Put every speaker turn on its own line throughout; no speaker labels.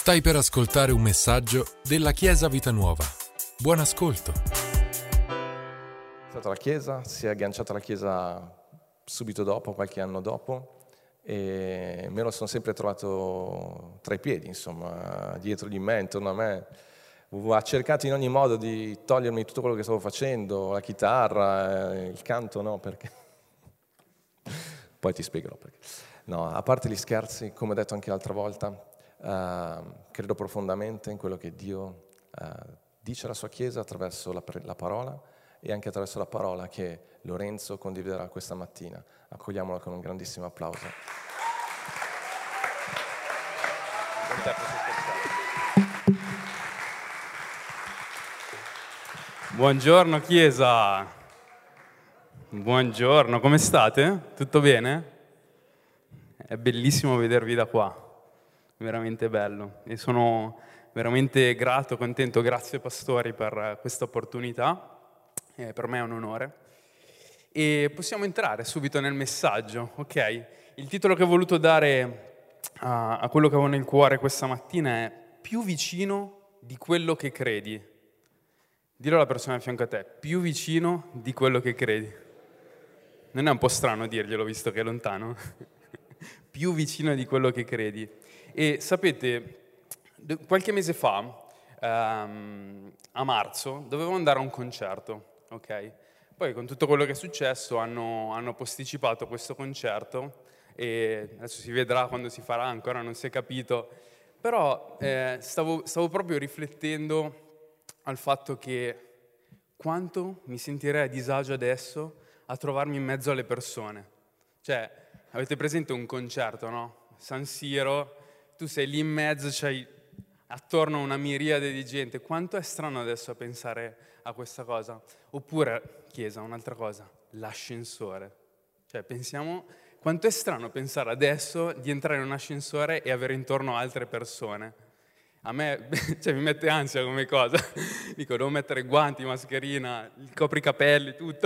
Stai per ascoltare un messaggio della Chiesa Vita Nuova. Buon ascolto.
La Chiesa, si è agganciata alla Chiesa subito dopo, qualche anno dopo, e me lo sono sempre trovato tra i piedi, insomma, dietro di me, intorno a me. Ha cercato in ogni modo di togliermi tutto quello che stavo facendo, la chitarra, il canto no, perché... Poi ti spiegherò perché. No, a parte gli scherzi, come ho detto anche l'altra volta, credo profondamente in quello che Dio dice alla sua Chiesa attraverso la parola e anche attraverso la parola che Lorenzo condividerà questa mattina. Accogliamola con un grandissimo applauso.
Buongiorno Chiesa, buongiorno, come state? Tutto bene? È bellissimo vedervi da qua, veramente bello e sono veramente grato, contento, grazie pastori per questa opportunità, per me è un onore. E possiamo entrare subito nel messaggio, ok? Il titolo che ho voluto dare a quello che avevo nel cuore questa mattina è più vicino di quello che credi. Dillo alla persona a fianco a te, più vicino di quello che credi. Non è un po' strano dirglielo visto che è lontano? Più vicino di quello che credi. E sapete, qualche mese fa, a marzo, dovevo andare a un concerto, ok? Poi con tutto quello che è successo hanno posticipato questo concerto e adesso si vedrà quando si farà, ancora non si è capito, però stavo proprio riflettendo al fatto che quanto mi sentirei a disagio adesso a trovarmi in mezzo alle persone. Cioè, avete presente un concerto, no? San Siro, tu sei lì in mezzo, c'hai attorno una miriade di gente. Quanto è strano adesso a pensare a questa cosa? Oppure, Chiesa, un'altra cosa, l'ascensore. Cioè, pensiamo quanto è strano pensare adesso di entrare in un ascensore e avere intorno altre persone. A me mi mette ansia come cosa. Dico, devo mettere guanti, mascherina, il copricapelli, tutto.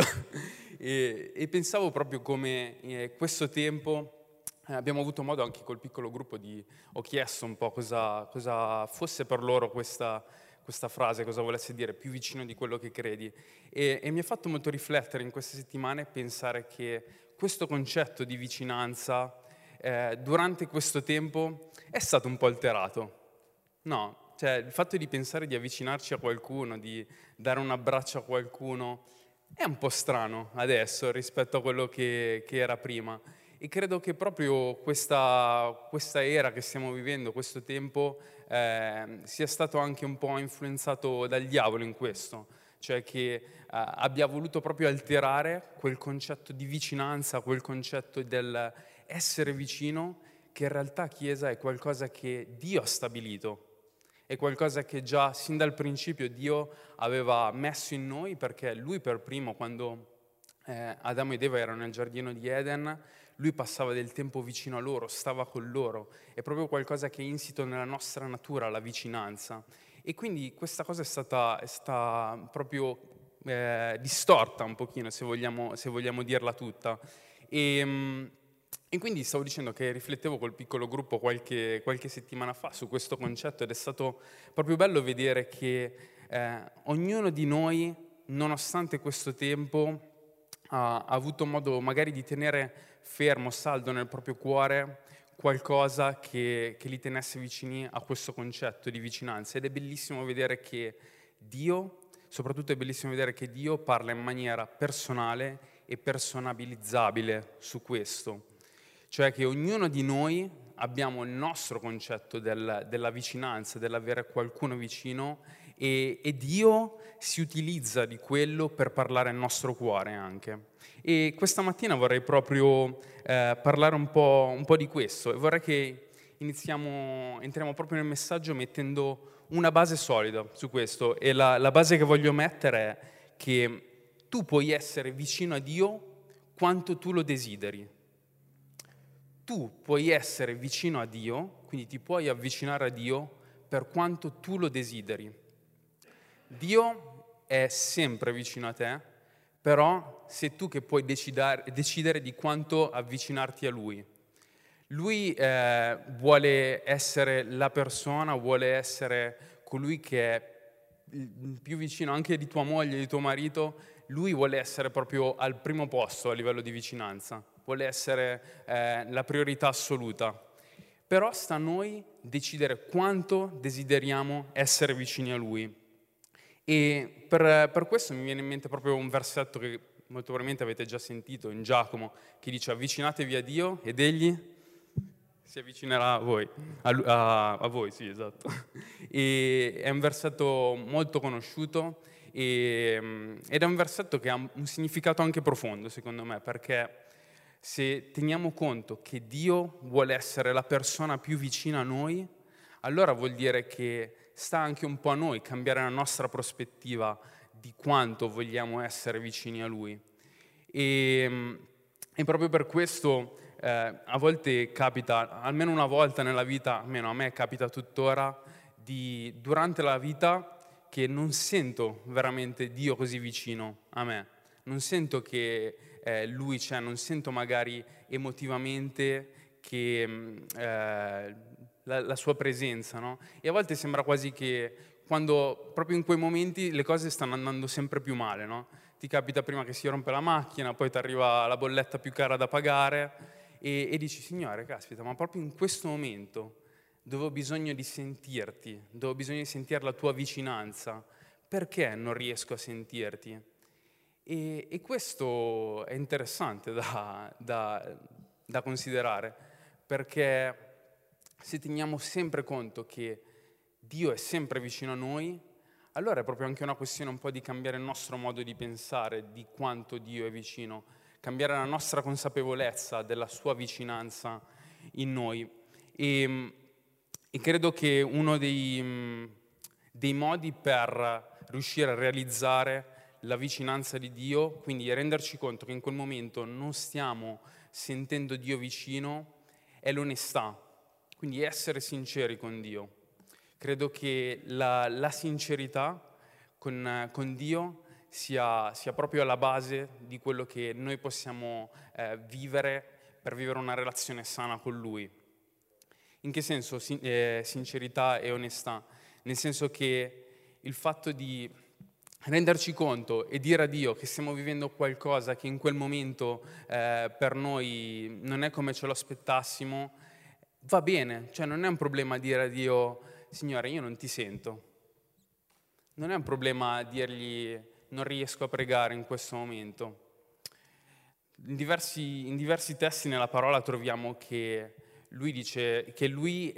E pensavo proprio come questo tempo abbiamo avuto modo anche col piccolo gruppo ho chiesto un po' cosa fosse per loro questa frase, cosa volesse dire, più vicino di quello che credi. E mi ha fatto molto riflettere in queste settimane pensare che questo concetto di vicinanza durante questo tempo è stato un po' alterato. No, cioè il fatto di pensare di avvicinarci a qualcuno, di dare un abbraccio a qualcuno, è un po' strano adesso rispetto a quello che era prima. E credo che proprio questa era che stiamo vivendo, questo tempo, sia stato anche un po' influenzato dal diavolo in questo. Cioè che abbia voluto proprio alterare quel concetto di vicinanza, quel concetto del essere vicino, che in realtà, Chiesa, è qualcosa che Dio ha stabilito. È qualcosa che già sin dal principio Dio aveva messo in noi, perché Lui per primo, quando Adamo ed Eva erano nel giardino di Eden, Lui passava del tempo vicino a loro, stava con loro. È proprio qualcosa che è insito nella nostra natura, la vicinanza. E quindi questa cosa è stata proprio distorta un pochino, se vogliamo dirla tutta. E quindi stavo dicendo che riflettevo col piccolo gruppo qualche settimana fa su questo concetto ed è stato proprio bello vedere che ognuno di noi, nonostante questo tempo, ha avuto modo magari di tenere fermo, saldo nel proprio cuore qualcosa che li tenesse vicini a questo concetto di vicinanza. Ed è bellissimo vedere che soprattutto è bellissimo vedere che Dio parla in maniera personale e personalizzabile su questo. Cioè che ognuno di noi abbiamo il nostro concetto della vicinanza, dell'avere qualcuno vicino e Dio si utilizza di quello per parlare al nostro cuore anche. E questa mattina vorrei proprio parlare un po' di questo e vorrei che entriamo proprio nel messaggio mettendo una base solida su questo e la base che voglio mettere è che tu puoi essere vicino a Dio quanto tu lo desideri. Tu puoi essere vicino a Dio, quindi ti puoi avvicinare a Dio per quanto tu lo desideri. Dio è sempre vicino a te, però sei tu che puoi decidere di quanto avvicinarti a Lui. Lui vuole essere la persona, vuole essere colui che è più vicino anche di tua moglie, di tuo marito. Lui vuole essere proprio al primo posto a livello di vicinanza, vuole essere la priorità assoluta. Però sta a noi decidere quanto desideriamo essere vicini a Lui. E per questo mi viene in mente proprio un versetto che molto probabilmente avete già sentito in Giacomo, che dice: avvicinatevi a Dio ed Egli si avvicinerà a voi. A voi, sì, esatto. E è un versetto molto conosciuto ed è un versetto che ha un significato anche profondo, secondo me, perché se teniamo conto che Dio vuole essere la persona più vicina a noi, allora vuol dire che sta anche un po' a noi cambiare la nostra prospettiva di quanto vogliamo essere vicini a Lui. E proprio per questo a volte capita, almeno una volta nella vita, almeno a me capita tuttora, durante la vita che non sento veramente Dio così vicino a me. Non sento che Lui c'è, non sento magari emotivamente che la sua presenza, no? E a volte sembra quasi che quando proprio in quei momenti le cose stanno andando sempre più male, no? Ti capita prima che si rompe la macchina, poi ti arriva la bolletta più cara da pagare e dici: Signore, caspita, ma proprio in questo momento dove ho bisogno di sentirti, dove ho bisogno di sentire la tua vicinanza, perché non riesco a sentirti? E questo è interessante da considerare, perché se teniamo sempre conto che Dio è sempre vicino a noi, allora è proprio anche una questione un po' di cambiare il nostro modo di pensare, di quanto Dio è vicino, cambiare la nostra consapevolezza della sua vicinanza in noi. E credo che uno dei modi per riuscire a realizzare la vicinanza di Dio, quindi renderci conto che in quel momento non stiamo sentendo Dio vicino, è l'onestà, quindi essere sinceri con Dio. Credo che la sincerità con Dio sia proprio alla base di quello che noi possiamo vivere per vivere una relazione sana con Lui. In che senso sincerità e onestà? Nel senso che il fatto di renderci conto e dire a Dio che stiamo vivendo qualcosa che in quel momento per noi non è come ce lo aspettassimo, va bene, cioè non è un problema dire a Dio: Signore, io non ti sento. Non è un problema dirgli: non riesco a pregare in questo momento. In diversi testi nella parola troviamo che lui dice che lui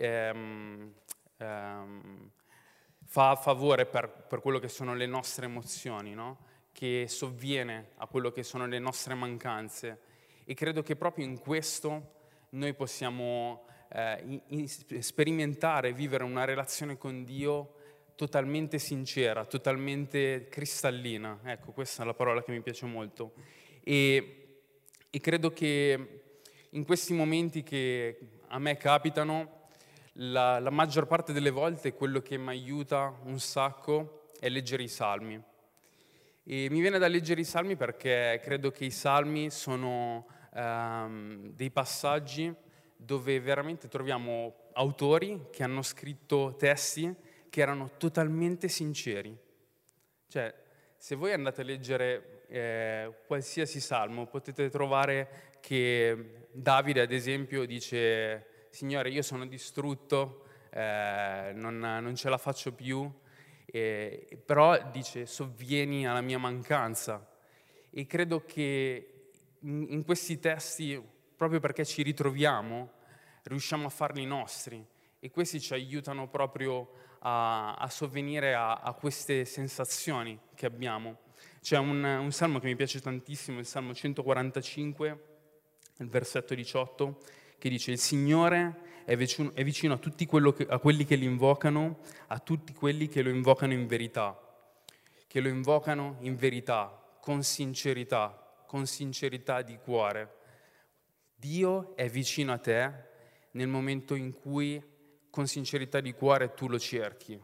fa a favore per quello che sono le nostre emozioni, no? Che sovviene a quello che sono le nostre mancanze. E credo che proprio in questo noi possiamo sperimentare, vivere una relazione con Dio totalmente sincera, totalmente cristallina. Ecco, questa è la parola che mi piace molto. E credo che in questi momenti che a me capitano, la maggior parte delle volte quello che mi aiuta un sacco è leggere i salmi. E mi viene da leggere i salmi perché credo che i salmi sono dei passaggi dove veramente troviamo autori che hanno scritto testi che erano totalmente sinceri. Cioè, se voi andate a leggere qualsiasi salmo, potete trovare che Davide, ad esempio, dice: Signore, io sono distrutto, non ce la faccio più, però dice: sovvieni alla mia mancanza. E credo che in questi testi, proprio perché ci ritroviamo, riusciamo a farli nostri, e questi ci aiutano proprio a sovvenire a queste sensazioni che abbiamo. C'è un salmo che mi piace tantissimo, il Salmo 145, il versetto 18, che dice: il Signore è vicino a tutti a quelli che li invocano, a tutti quelli che lo invocano in verità, con sincerità di cuore. Dio è vicino a te nel momento in cui con sincerità di cuore tu lo cerchi.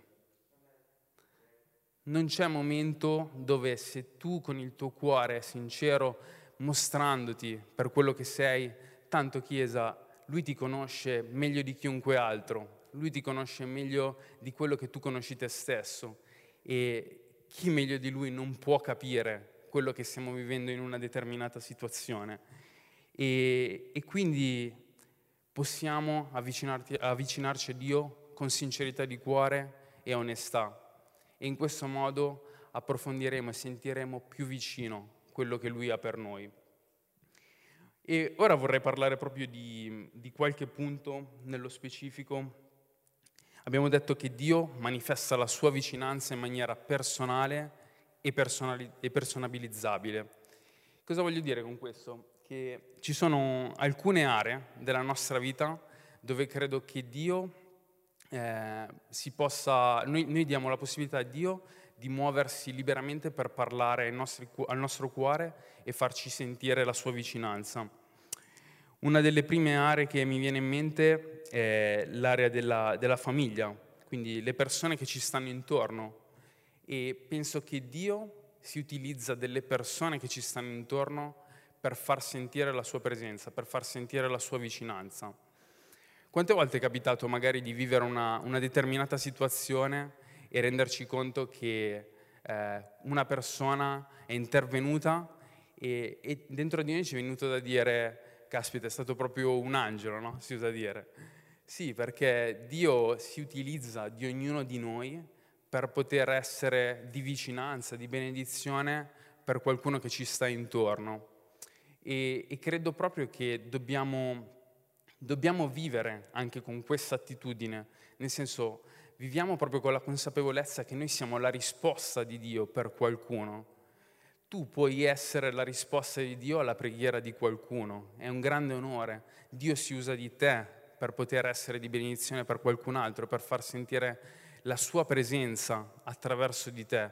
Non c'è momento dove, se tu con il tuo cuore sincero, mostrandoti per quello che sei, tanto Chiesa, Lui ti conosce meglio di chiunque altro, Lui ti conosce meglio di quello che tu conosci te stesso, e chi meglio di Lui non può capire quello che stiamo vivendo in una determinata situazione. E quindi possiamo avvicinarci a Dio con sincerità di cuore e onestà, e in questo modo approfondiremo e sentiremo più vicino quello che Lui ha per noi. E ora vorrei parlare proprio di qualche punto nello specifico. Abbiamo detto che Dio manifesta la sua vicinanza in maniera personale e personabilizzabile. Cosa voglio dire con questo? Che ci sono alcune aree della nostra vita dove credo che Dio noi diamo la possibilità a Dio di muoversi liberamente per parlare al nostro cuore e farci sentire la sua vicinanza. Una delle prime aree che mi viene in mente è l'area della famiglia, quindi le persone che ci stanno intorno, e penso che Dio si utilizza delle persone che ci stanno intorno per far sentire la sua presenza, per far sentire la sua vicinanza. Quante volte è capitato magari di vivere una determinata situazione e renderci conto che una persona è intervenuta e dentro di noi ci è venuto da dire: caspita, è stato proprio un angelo, no? Si usa dire. Sì, perché Dio si utilizza di ognuno di noi per poter essere di vicinanza, di benedizione per qualcuno che ci sta intorno. E credo proprio che dobbiamo vivere anche con questa attitudine, nel senso, viviamo proprio con la consapevolezza che noi siamo la risposta di Dio per qualcuno. Tu puoi essere la risposta di Dio alla preghiera di qualcuno, è un grande onore. Dio si usa di te per poter essere di benedizione per qualcun altro, per far sentire la sua presenza attraverso di te.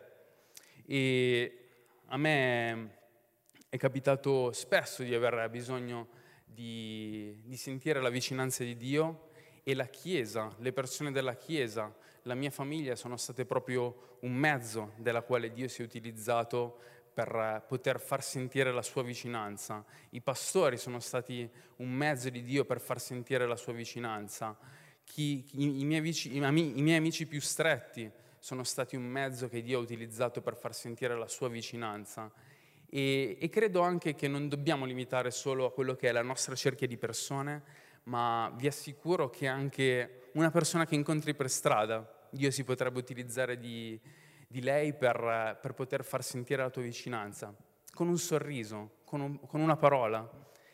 E a me è capitato spesso di aver bisogno di sentire la vicinanza di Dio, e la Chiesa, le persone della Chiesa, la mia famiglia sono state proprio un mezzo della quale Dio si è utilizzato per poter far sentire la sua vicinanza. I pastori sono stati un mezzo di Dio per far sentire la sua vicinanza. I miei amici più stretti sono stati un mezzo che Dio ha utilizzato per far sentire la sua vicinanza. E credo anche che non dobbiamo limitare solo a quello che è la nostra cerchia di persone, ma vi assicuro che anche una persona che incontri per strada, Dio si potrebbe utilizzare di lei per poter far sentire la tua vicinanza, con un sorriso, con una parola.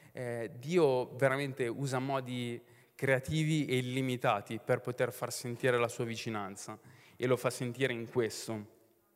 Dio veramente usa modi creativi e illimitati per poter far sentire la sua vicinanza, e lo fa sentire in questo.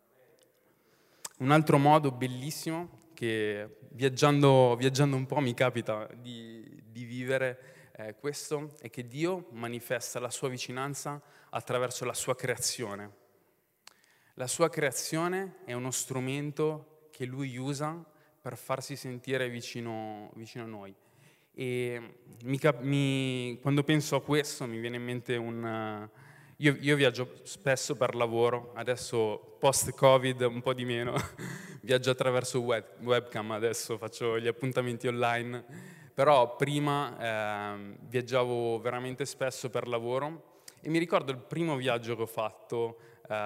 Un altro modo bellissimo che viaggiando un po' mi capita di vivere questo è che Dio manifesta la sua vicinanza attraverso la sua creazione. La sua creazione è uno strumento che Lui usa per farsi sentire vicino a noi. E quando penso a questo mi viene in mente Io viaggio spesso per lavoro, adesso post-Covid un po' di meno, viaggio attraverso webcam, adesso faccio gli appuntamenti online, però prima viaggiavo veramente spesso per lavoro, e mi ricordo il primo viaggio che ho fatto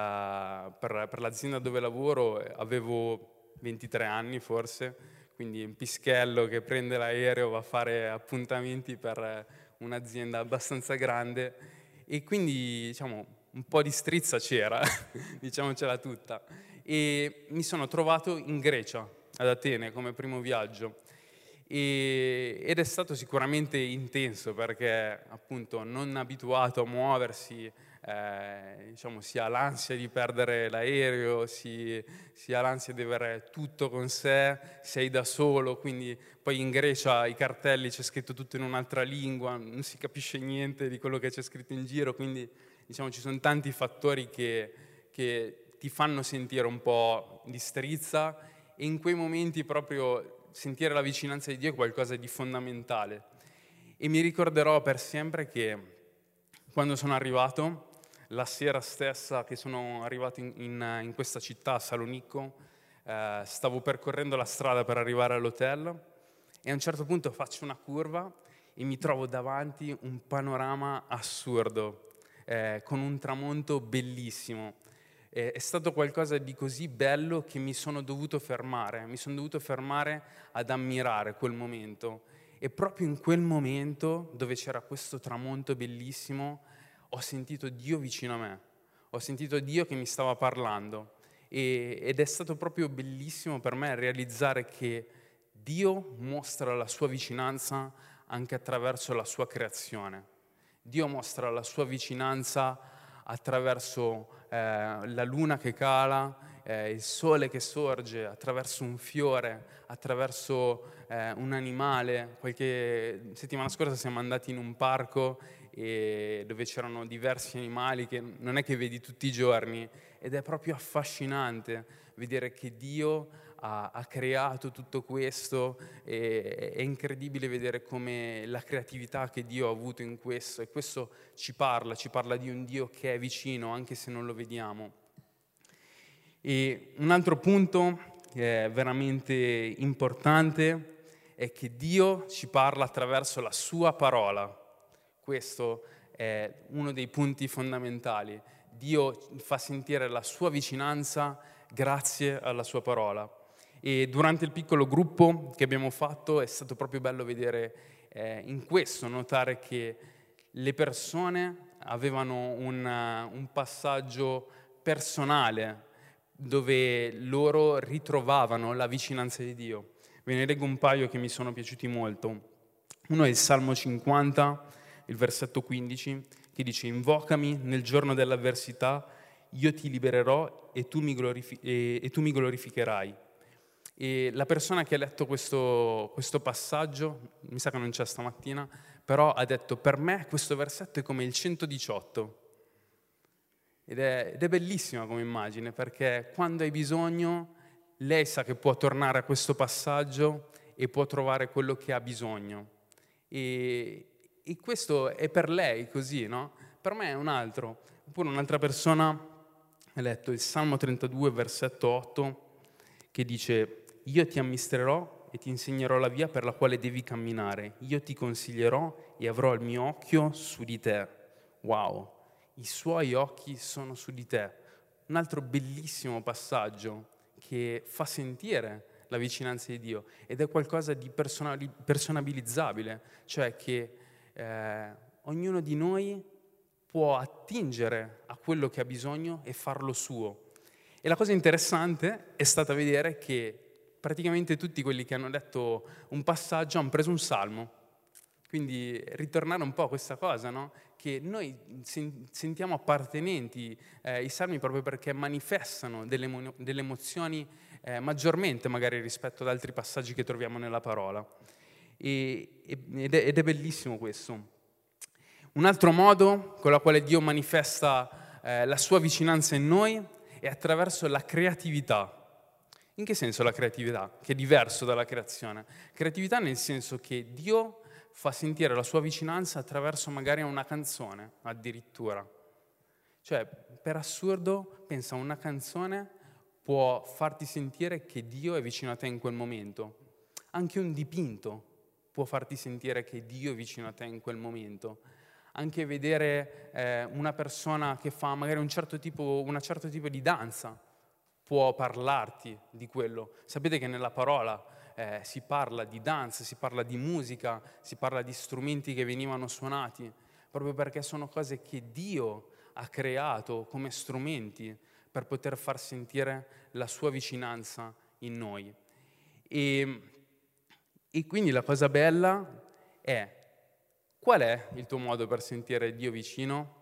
per l'azienda dove lavoro. Avevo 23 anni forse, quindi un pischello che prende l'aereo, va a fare appuntamenti per un'azienda abbastanza grande. E quindi, diciamo, un po' di strizza c'era, diciamocela tutta. E mi sono trovato in Grecia, ad Atene, come primo viaggio. Ed è stato sicuramente intenso, perché appunto non abituato a muoversi, diciamo, si ha l'ansia di perdere l'aereo, si ha l'ansia di avere tutto con sé, sei da solo, quindi poi in Grecia i cartelli c'è scritto tutto in un'altra lingua, non si capisce niente di quello che c'è scritto in giro, quindi diciamo ci sono tanti fattori che ti fanno sentire un po' di strizza, e in quei momenti proprio sentire la vicinanza di Dio è qualcosa di fondamentale. E mi ricorderò per sempre che quando sono arrivato, la sera stessa che sono arrivato in questa città, a Salonicco, stavo percorrendo la strada per arrivare all'hotel, e a un certo punto faccio una curva e mi trovo davanti un panorama assurdo, con un tramonto bellissimo. È stato qualcosa di così bello che mi sono dovuto fermare ad ammirare quel momento. E proprio in quel momento, dove c'era questo tramonto bellissimo, ho sentito Dio vicino a me, ho sentito Dio che mi stava parlando. Ed è stato proprio bellissimo per me realizzare che Dio mostra la sua vicinanza anche attraverso la sua creazione. Dio mostra la sua vicinanza attraverso la luna che cala, il sole che sorge, attraverso un fiore, attraverso un animale. Qualche settimana scorsa siamo andati in un parco dove c'erano diversi animali che non è che vedi tutti i giorni, ed è proprio affascinante vedere che Dio ha creato tutto questo. È incredibile vedere come la creatività che Dio ha avuto in questo, e questo ci parla di un Dio che è vicino anche se non lo vediamo. E un altro punto che è veramente importante è che Dio ci parla attraverso la sua parola. Questo è uno dei punti fondamentali. Dio fa sentire la sua vicinanza grazie alla sua parola. E durante il piccolo gruppo che abbiamo fatto è stato proprio bello vedere in questo, notare che le persone avevano un passaggio personale dove loro ritrovavano la vicinanza di Dio. Ve ne leggo un paio che mi sono piaciuti molto. Uno è il Salmo 50, il versetto 15, che dice: invocami nel giorno dell'avversità, io ti libererò e tu mi glorificherai. E la persona che ha letto questo passaggio, mi sa che non c'è stamattina, però ha detto: per me questo versetto è come il 118. Ed è bellissima come immagine, perché quando hai bisogno, lei sa che può tornare a questo passaggio e può trovare quello che ha bisogno. E questo è per lei così, no? Per me è un altro. Oppure un'altra persona ha letto il Salmo 32, versetto 8, che dice: io ti amministrerò e ti insegnerò la via per la quale devi camminare. Io ti consiglierò e avrò il mio occhio su di te. Wow, i suoi occhi sono su di te. Un altro bellissimo passaggio che fa sentire la vicinanza di Dio, ed è qualcosa di personalizzabile, cioè che ognuno di noi può attingere a quello che ha bisogno e farlo suo. E la cosa interessante è stata vedere che praticamente tutti quelli che hanno letto un passaggio hanno preso un salmo. Quindi ritornare un po' a questa cosa, no? Che noi sentiamo appartenenti ai salmi proprio perché manifestano delle emozioni maggiormente magari rispetto ad altri passaggi che troviamo nella parola. Ed è bellissimo questo. Un altro modo con la quale Dio manifesta la sua vicinanza in noi è attraverso la creatività. In che senso la creatività? Che è diverso dalla creazione. Creatività nel senso che Dio fa sentire la sua vicinanza attraverso magari una canzone, addirittura. Cioè, per assurdo, pensa, una canzone può farti sentire che Dio è vicino a te in quel momento. Anche un dipinto può farti sentire che Dio è vicino a te in quel momento. Anche vedere una persona che fa magari un certo tipo di danza può parlarti di quello. Sapete che nella parola si parla di danza, si parla di musica, si parla di strumenti che venivano suonati, proprio perché sono cose che Dio ha creato come strumenti per poter far sentire la sua vicinanza in noi. E quindi la cosa bella è: qual è il tuo modo per sentire Dio vicino?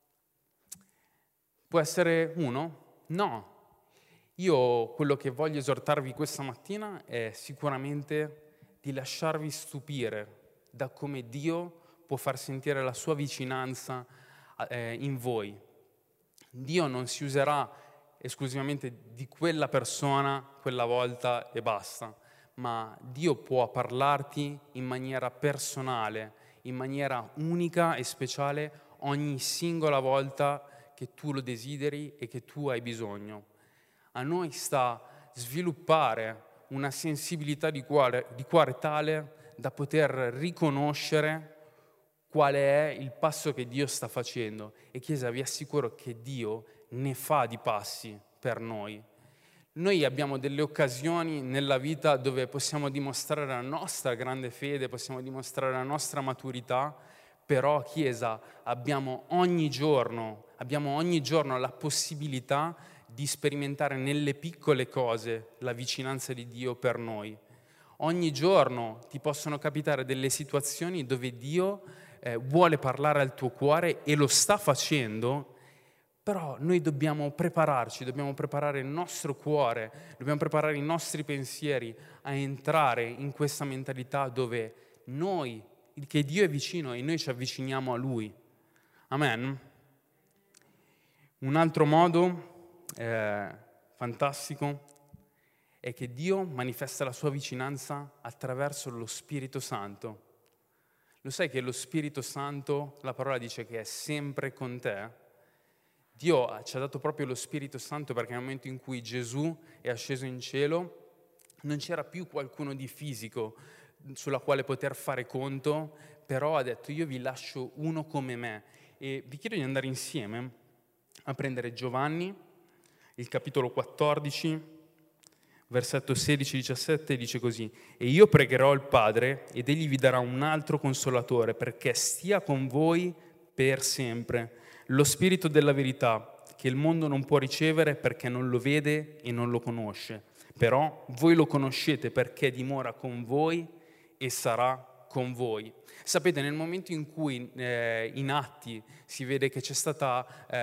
Può essere uno? No. Io quello che voglio esortarvi questa mattina è sicuramente di lasciarvi stupire da come Dio può far sentire la sua vicinanza in voi. Dio non si userà esclusivamente di quella persona, quella volta e basta, ma Dio può parlarti in maniera personale, in maniera unica e speciale ogni singola volta che tu lo desideri e che tu hai bisogno. A noi sta sviluppare una sensibilità di cuore tale da poter riconoscere qual è il passo che Dio sta facendo. E Chiesa, vi assicuro che Dio ne fa di passi per noi. Noi abbiamo delle occasioni nella vita dove possiamo dimostrare la nostra grande fede, possiamo dimostrare la nostra maturità, però Chiesa, abbiamo ogni giorno la possibilità di sperimentare nelle piccole cose la vicinanza di Dio per noi. Ogni giorno ti possono capitare delle situazioni dove Dio vuole parlare al tuo cuore e lo sta facendo, però noi dobbiamo prepararci, dobbiamo preparare il nostro cuore, dobbiamo preparare i nostri pensieri a entrare in questa mentalità dove che Dio è vicino e noi ci avviciniamo a Lui. Amen. Un altro modo fantastico è che Dio manifesta la sua vicinanza attraverso lo Spirito Santo. Lo sai che lo Spirito Santo, la parola dice che è sempre con te? Dio ci ha dato proprio lo Spirito Santo perché nel momento in cui Gesù è asceso in cielo non c'era più qualcuno di fisico sulla quale poter fare conto, però ha detto io vi lascio uno come me. E vi chiedo di andare insieme a prendere Giovanni, il capitolo 14, versetto 16-17, dice così: e io pregherò il Padre ed egli vi darà un altro consolatore perché stia con voi per sempre, lo Spirito della verità che il mondo non può ricevere perché non lo vede e non lo conosce, però voi lo conoscete perché dimora con voi e sarà con voi. Sapete, nel momento in cui in Atti si vede che c'è stato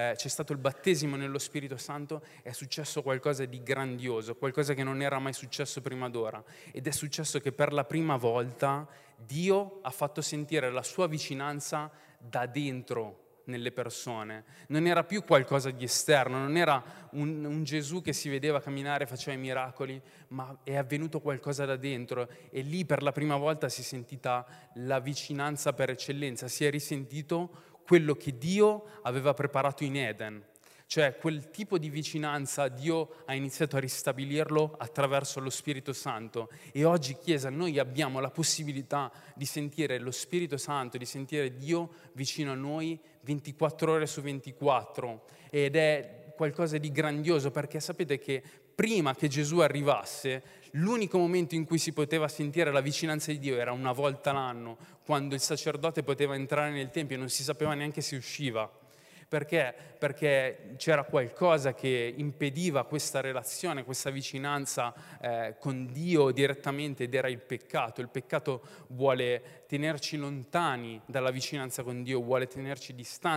il battesimo nello Spirito Santo, è successo qualcosa di grandioso, qualcosa che non era mai successo prima d'ora. Ed è successo che per la prima volta Dio ha fatto sentire la sua vicinanza da dentro nelle persone. Non era più qualcosa di esterno, non era un Gesù che si vedeva camminare e faceva i miracoli, ma è avvenuto qualcosa da dentro e lì per la prima volta si è sentita la vicinanza per eccellenza, si è risentito quello che Dio aveva preparato in Eden. Cioè quel tipo di vicinanza Dio ha iniziato a ristabilirlo attraverso lo Spirito Santo e oggi Chiesa noi abbiamo la possibilità di sentire lo Spirito Santo, di sentire Dio vicino a noi 24 ore su 24 ed è qualcosa di grandioso perché sapete che prima che Gesù arrivasse l'unico momento in cui si poteva sentire la vicinanza di Dio era una volta l'anno, quando il sacerdote poteva entrare nel Tempio e non si sapeva neanche se usciva. Perché? Perché c'era qualcosa che impediva questa relazione, questa vicinanza con Dio direttamente ed era il peccato. Il peccato vuole tenerci lontani dalla vicinanza con Dio, vuole tenerci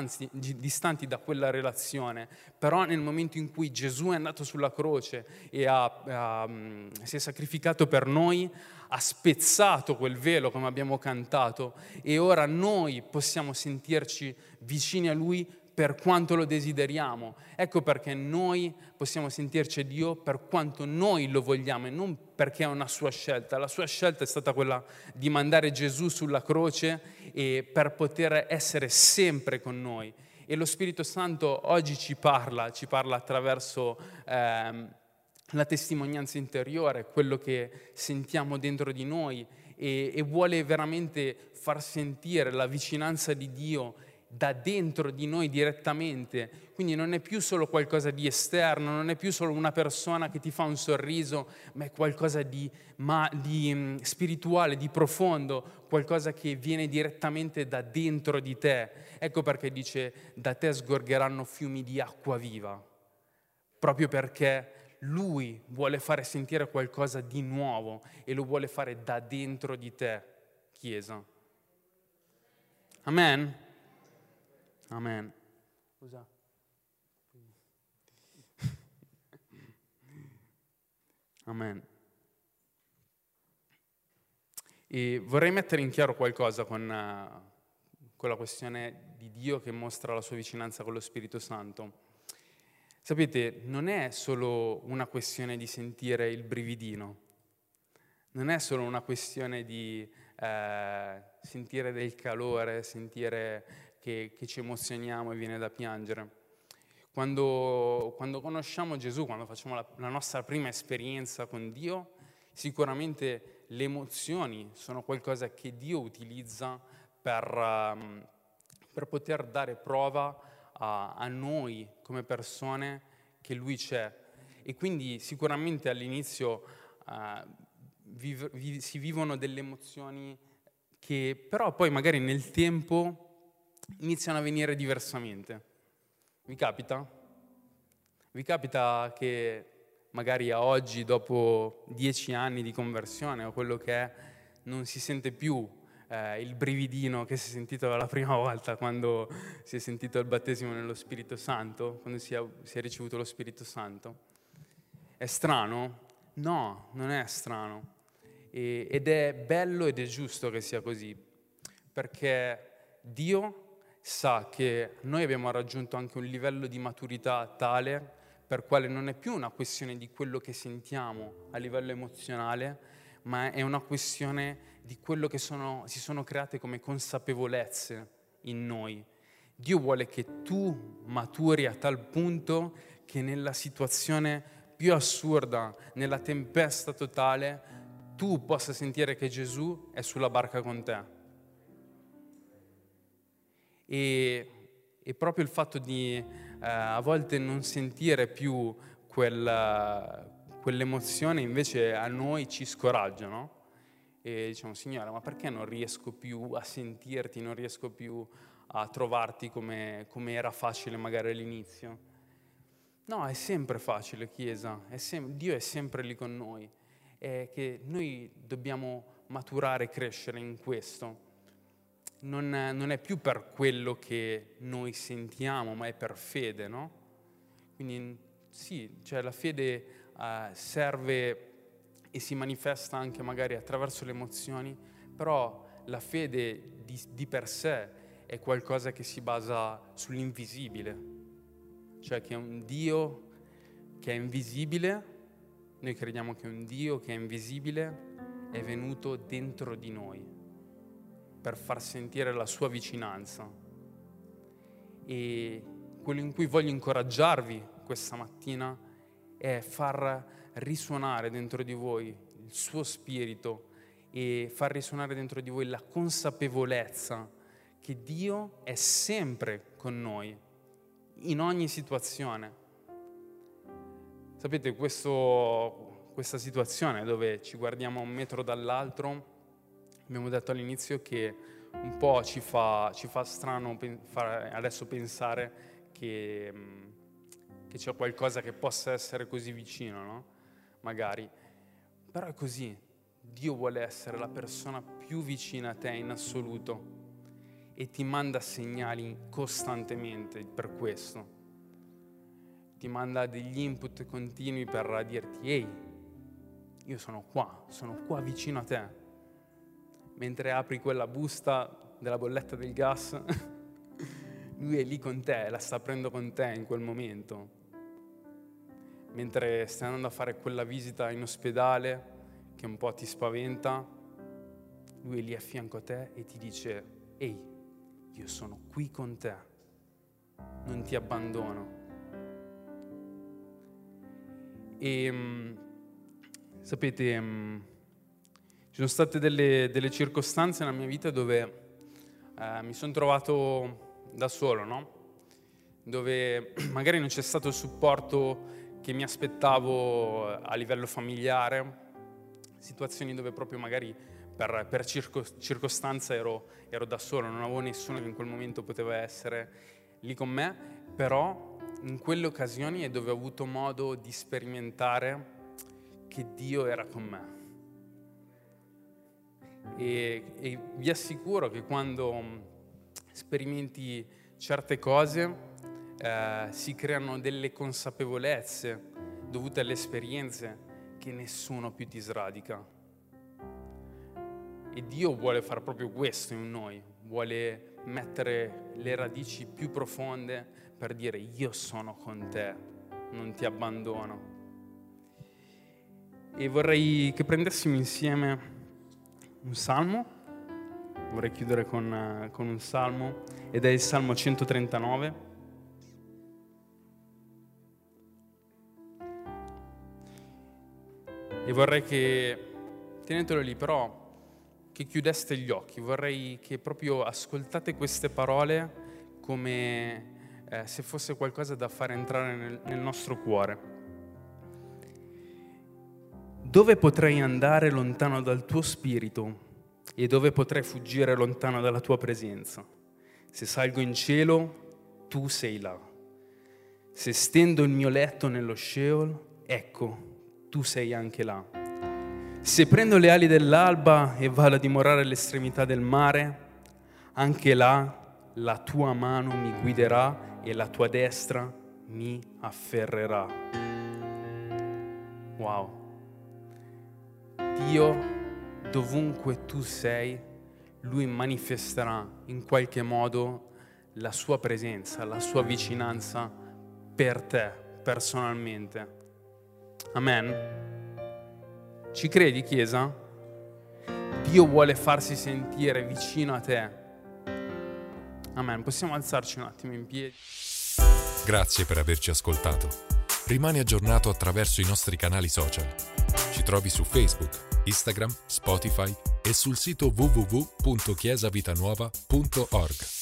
distanti da quella relazione. Però nel momento in cui Gesù è andato sulla croce e si è sacrificato per noi, ha spezzato quel velo come abbiamo cantato e ora noi possiamo sentirci vicini a Lui per quanto lo desideriamo. Ecco perché noi possiamo sentirci Dio per quanto noi lo vogliamo e non perché è una sua scelta. La sua scelta è stata quella di mandare Gesù sulla croce e per poter essere sempre con noi. E lo Spirito Santo oggi ci parla attraverso la testimonianza interiore, quello che sentiamo dentro di noi e vuole veramente far sentire la vicinanza di Dio da dentro di noi direttamente, quindi non è più solo qualcosa di esterno, non è più solo una persona che ti fa un sorriso, ma è qualcosa di spirituale, di profondo, qualcosa che viene direttamente da dentro di te. Ecco perché dice, da te sgorgeranno fiumi di acqua viva, proprio perché Lui vuole fare sentire qualcosa di nuovo e lo vuole fare da dentro di te, Chiesa. Amen? Amen. Scusa. Amen. E vorrei mettere in chiaro qualcosa con la questione di Dio che mostra la sua vicinanza con lo Spirito Santo. Sapete, non è solo una questione di sentire il brividino, non è solo una questione di sentire del calore, sentire che ci emozioniamo e viene da piangere. Quando conosciamo Gesù, quando facciamo la nostra prima esperienza con Dio, sicuramente le emozioni sono qualcosa che Dio utilizza per poter dare prova a noi come persone che Lui c'è. E quindi sicuramente all'inizio si vivono delle emozioni che però poi magari nel tempo iniziano a venire diversamente. Vi capita? Vi capita che magari a oggi, dopo 10 anni di conversione o quello che è, non si sente più il brividino che si è sentito la prima volta quando si è sentito il battesimo nello Spirito Santo, quando si è ricevuto lo Spirito Santo? È strano? No, non è strano. Ed è bello ed è giusto che sia così, perché Dio sa che noi abbiamo raggiunto anche un livello di maturità tale per quale non è più una questione di quello che sentiamo a livello emozionale, ma è una questione di quello che si sono create come consapevolezze in noi. Dio vuole che tu maturi a tal punto che nella situazione più assurda, nella tempesta totale, tu possa sentire che Gesù è sulla barca con te. E proprio il fatto di a volte non sentire più quell'emozione invece a noi ci scoraggia, no? E diciamo, Signore, ma perché non riesco più a sentirti, non riesco più a trovarti come era facile magari all'inizio? No, è sempre facile, Chiesa, Dio è sempre lì con noi, è che noi dobbiamo maturare e crescere in questo. Non è più per quello che noi sentiamo, ma è per fede, no? Quindi sì, cioè la fede serve e si manifesta anche magari attraverso le emozioni, però la fede di per sé è qualcosa che si basa sull'invisibile, cioè che è un Dio che è invisibile, noi crediamo che un Dio che è invisibile è venuto dentro di noi per far sentire la sua vicinanza. E quello in cui voglio incoraggiarvi questa mattina è far risuonare dentro di voi il suo spirito e far risuonare dentro di voi la consapevolezza che Dio è sempre con noi, in ogni situazione. Sapete, questa situazione dove ci guardiamo a 1 metro dall'altro, abbiamo detto all'inizio che un po' ci fa strano adesso pensare che c'è qualcosa che possa essere così vicino, no? Magari. Però è così. Dio vuole essere la persona più vicina a te in assoluto e ti manda segnali costantemente per questo. Ti manda degli input continui per dirti: ehi, io sono qua vicino a te. Mentre apri quella busta della bolletta del gas, Lui è lì con te, la sta aprendo con te in quel momento. Mentre stai andando a fare quella visita in ospedale che un po' ti spaventa, Lui è lì a fianco a te e ti dice: ehi, io sono qui con te, non ti abbandono. E sapete, ci sono state delle circostanze nella mia vita dove mi sono trovato da solo, no? Dove magari non c'è stato il supporto che mi aspettavo a livello familiare, situazioni dove proprio magari per circostanza ero da solo, non avevo nessuno che in quel momento poteva essere lì con me, però in quelle occasioni è dove ho avuto modo di sperimentare che Dio era con me. E vi assicuro che quando sperimenti certe cose si creano delle consapevolezze dovute alle esperienze che nessuno più ti sradica. E Dio vuole fare proprio questo in noi, vuole mettere le radici più profonde per dire: io sono con te, non ti abbandono. E vorrei che prendessimo insieme un salmo, vorrei chiudere con un salmo, ed è il Salmo 139. E vorrei che tenetelo lì, però che chiudeste gli occhi, vorrei che proprio ascoltate queste parole come se fosse qualcosa da fare entrare nel nostro cuore. Dove potrei andare lontano dal tuo spirito e dove potrei fuggire lontano dalla tua presenza? Se salgo in cielo, tu sei là. Se stendo il mio letto nello Sheol, ecco, tu sei anche là. Se prendo le ali dell'alba e vado a dimorare all'estremità del mare, anche là la tua mano mi guiderà e la tua destra mi afferrerà. Wow. Dio, dovunque tu sei, Lui manifesterà in qualche modo la sua presenza, la sua vicinanza per te, personalmente. Amen. Ci credi, Chiesa? Dio vuole farsi sentire vicino a te. Amen. Possiamo alzarci un attimo in piedi?
Grazie per averci ascoltato. Rimani aggiornato attraverso i nostri canali social. Ci trovi su Facebook, Instagram, Spotify e sul sito www.chiesavitanuova.org.